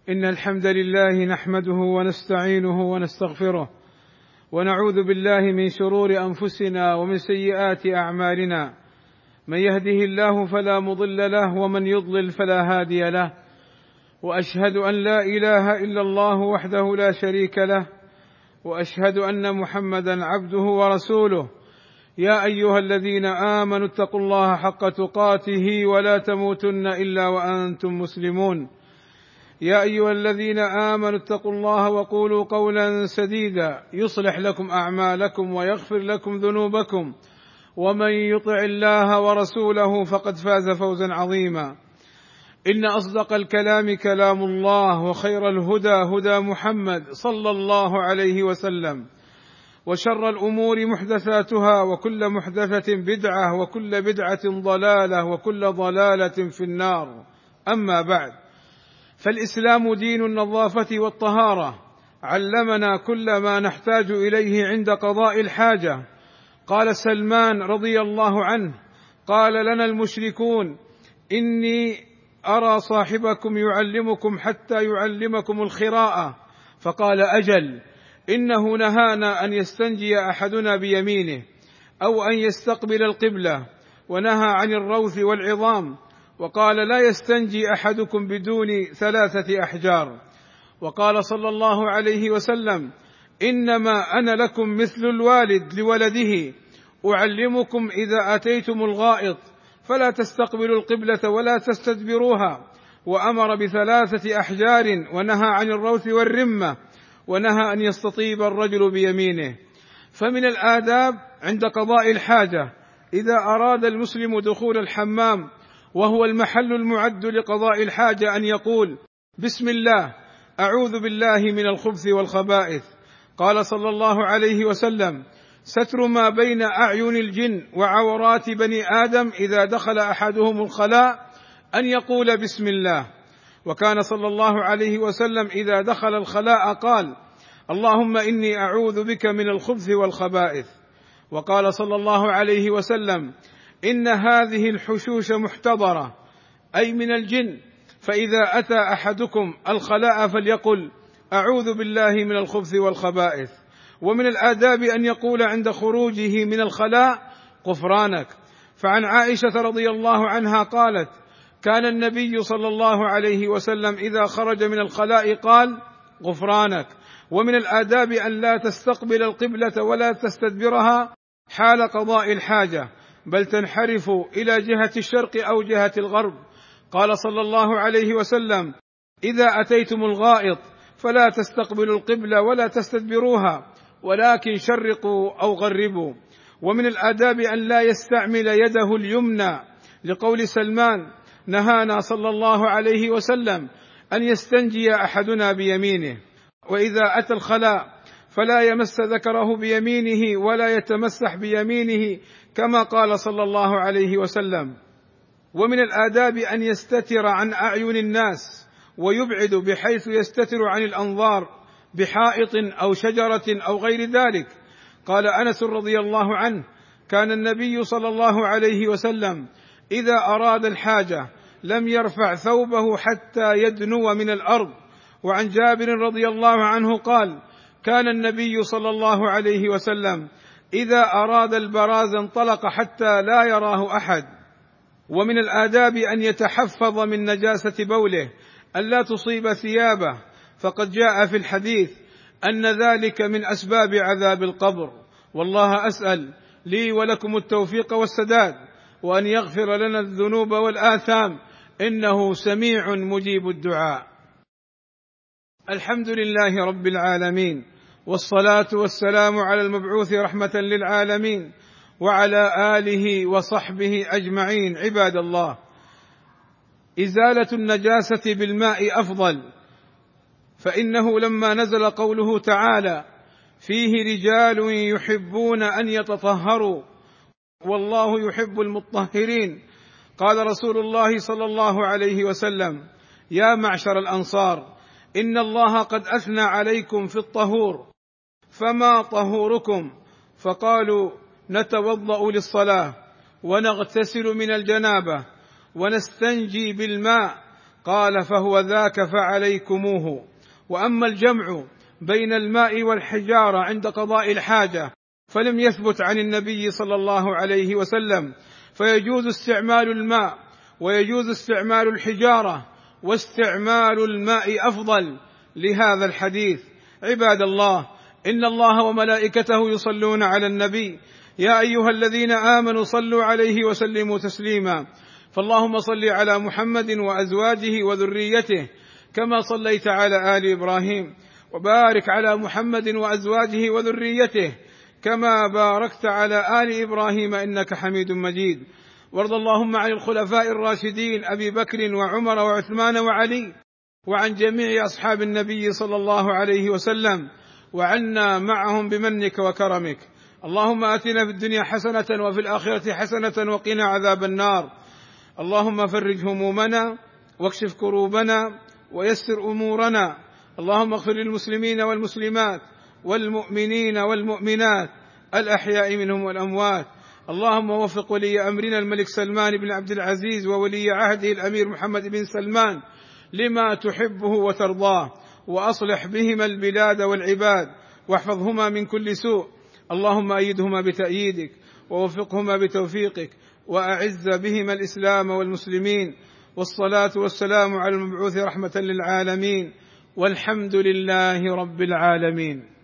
إن الحمد لله نحمده ونستعينه ونستغفره، ونعوذ بالله من شرور أنفسنا ومن سيئات أعمالنا، من يهده الله فلا مضل له ومن يضلل فلا هادي له، وأشهد أن لا إله إلا الله وحده لا شريك له، وأشهد أن محمدا عبده ورسوله. يا أيها الذين آمنوا اتقوا الله حق تقاته ولا تموتن إلا وأنتم مسلمون. يا أيها الذين آمنوا اتقوا الله وقولوا قولا سديدا يصلح لكم أعمالكم ويغفر لكم ذنوبكم، ومن يطع الله ورسوله فقد فاز فوزا عظيما. إن أصدق الكلام كلام الله، وخير الهدى هدى محمد صلى الله عليه وسلم، وشر الأمور محدثاتها، وكل محدثة بدعة، وكل بدعة ضلالة، وكل ضلالة في النار. أما بعد، فالإسلام دين النظافة والطهارة، علمنا كل ما نحتاج إليه عند قضاء الحاجة. قال سلمان رضي الله عنه: قال لنا المشركون: إني أرى صاحبكم يعلمكم حتى يعلمكم الخراءة. فقال: أجل، إنه نهانا أن يستنجي أحدنا بيمينه أو أن يستقبل القبلة، ونهى عن الروث والعظام، وقال: لا يستنجي أحدكم بدون 3 أحجار. وقال صلى الله عليه وسلم: إنما أنا لكم مثل الوالد لولده، أعلمكم إذا أتيتم الغائط فلا تستقبلوا القبلة ولا تستدبروها، وأمر ب3 أحجار، ونهى عن الروث والرمة، ونهى أن يستطيب الرجل بيمينه. فمن الآداب عند قضاء الحاجة إذا أراد المسلم دخول الحمام وهو المحل المعد لقضاء الحاجة أن يقول: بسم الله، أعوذ بالله من الخبث والخبائث. قال صلى الله عليه وسلم: ستر ما بين أعين الجن وعورات بني آدم إذا دخل أحدهم الخلاء أن يقول بسم الله. وكان صلى الله عليه وسلم إذا دخل الخلاء قال: اللهم إني أعوذ بك من الخبث والخبائث. وقال صلى الله عليه وسلم: إن هذه الحشوش محتضرة، أي من الجن، فإذا أتى أحدكم الخلاء فليقل: أعوذ بالله من الخبث والخبائث. ومن الآداب أن يقول عند خروجه من الخلاء: غفرانك. فعن عائشة رضي الله عنها قالت: كان النبي صلى الله عليه وسلم إذا خرج من الخلاء قال: غفرانك. ومن الآداب أن لا تستقبل القبلة ولا تستدبرها حال قضاء الحاجة، بل تنحرف إلى جهة الشرق أو جهة الغرب. قال صلى الله عليه وسلم: إذا أتيتم الغائط فلا تستقبلوا القبلة ولا تستدبروها، ولكن شرقوا أو غربوا. ومن الآداب أن لا يستعمل يده اليمنى، لقول سلمان: نهانا صلى الله عليه وسلم أن يستنجي أحدنا بيمينه. وإذا أتى الخلاء فلا يمس ذكره بيمينه ولا يتمسح بيمينه، كما قال صلى الله عليه وسلم. ومن الآداب أن يستتر عن أعين الناس ويبعد بحيث يستتر عن الأنظار بحائط أو شجرة أو غير ذلك. قال أنس رضي الله عنه: كان النبي صلى الله عليه وسلم إذا أراد الحاجة لم يرفع ثوبه حتى يدنو من الأرض. وعن جابر رضي الله عنه قال: كان النبي صلى الله عليه وسلم إذا أراد البراز انطلق حتى لا يراه أحد. ومن الآداب أن يتحفظ من نجاسة بوله، أن لا تصيب ثيابه، فقد جاء في الحديث أن ذلك من أسباب عذاب القبر. والله أسأل لي ولكم التوفيق والسداد، وأن يغفر لنا الذنوب والآثام، إنه سميع مجيب الدعاء. الحمد لله رب العالمين، والصلاة والسلام على المبعوث رحمة للعالمين، وعلى آله وصحبه أجمعين. عباد الله، إزالة النجاسة بالماء أفضل، فإنه لما نزل قوله تعالى: فيه رجال يحبون أن يتطهروا والله يحب المطهرين، قال رسول الله صلى الله عليه وسلم: يا معشر الأنصار، إن الله قد أثنى عليكم في الطهور، فما طهوركم؟ فقالوا: نتوضأ للصلاة ونغتسل من الجنابة ونستنجي بالماء. قال: فهو ذاك فعليكموه. وأما الجمع بين الماء والحجارة عند قضاء الحاجة فلم يثبت عن النبي صلى الله عليه وسلم، فيجوز استعمال الماء ويجوز استعمال الحجارة، واستعمال الماء أفضل لهذا الحديث. عباد الله، إن الله وملائكته يصلون على النبي، يا أيها الذين آمنوا صلوا عليه وسلموا تسليما. فاللهم صل على محمد وأزواجه وذريته كما صليت على آل إبراهيم، وبارك على محمد وأزواجه وذريته كما باركت على آل إبراهيم إنك حميد مجيد. وارض اللهم عن الخلفاء الراشدين أبي بكر وعمر وعثمان وعلي، وعن جميع أصحاب النبي صلى الله عليه وسلم، وعنا معهم بمنك وكرمك. اللهم آتنا في الدنيا حسنة وفي الآخرة حسنة وقنا عذاب النار. اللهم فرج همومنا واكشف كروبنا ويسر أمورنا. اللهم اغفر للمسلمين والمسلمات والمؤمنين والمؤمنات الأحياء منهم والأموات. اللهم وفق ولي أمرنا الملك سلمان بن عبد العزيز وولي عهده الأمير محمد بن سلمان لما تحبه وترضاه، وأصلح بهما البلاد والعباد، واحفظهما من كل سوء. اللهم أيدهما بتأييدك ووفقهما بتوفيقك، وأعز بهما الإسلام والمسلمين. والصلاة والسلام على المبعوث رحمة للعالمين، والحمد لله رب العالمين.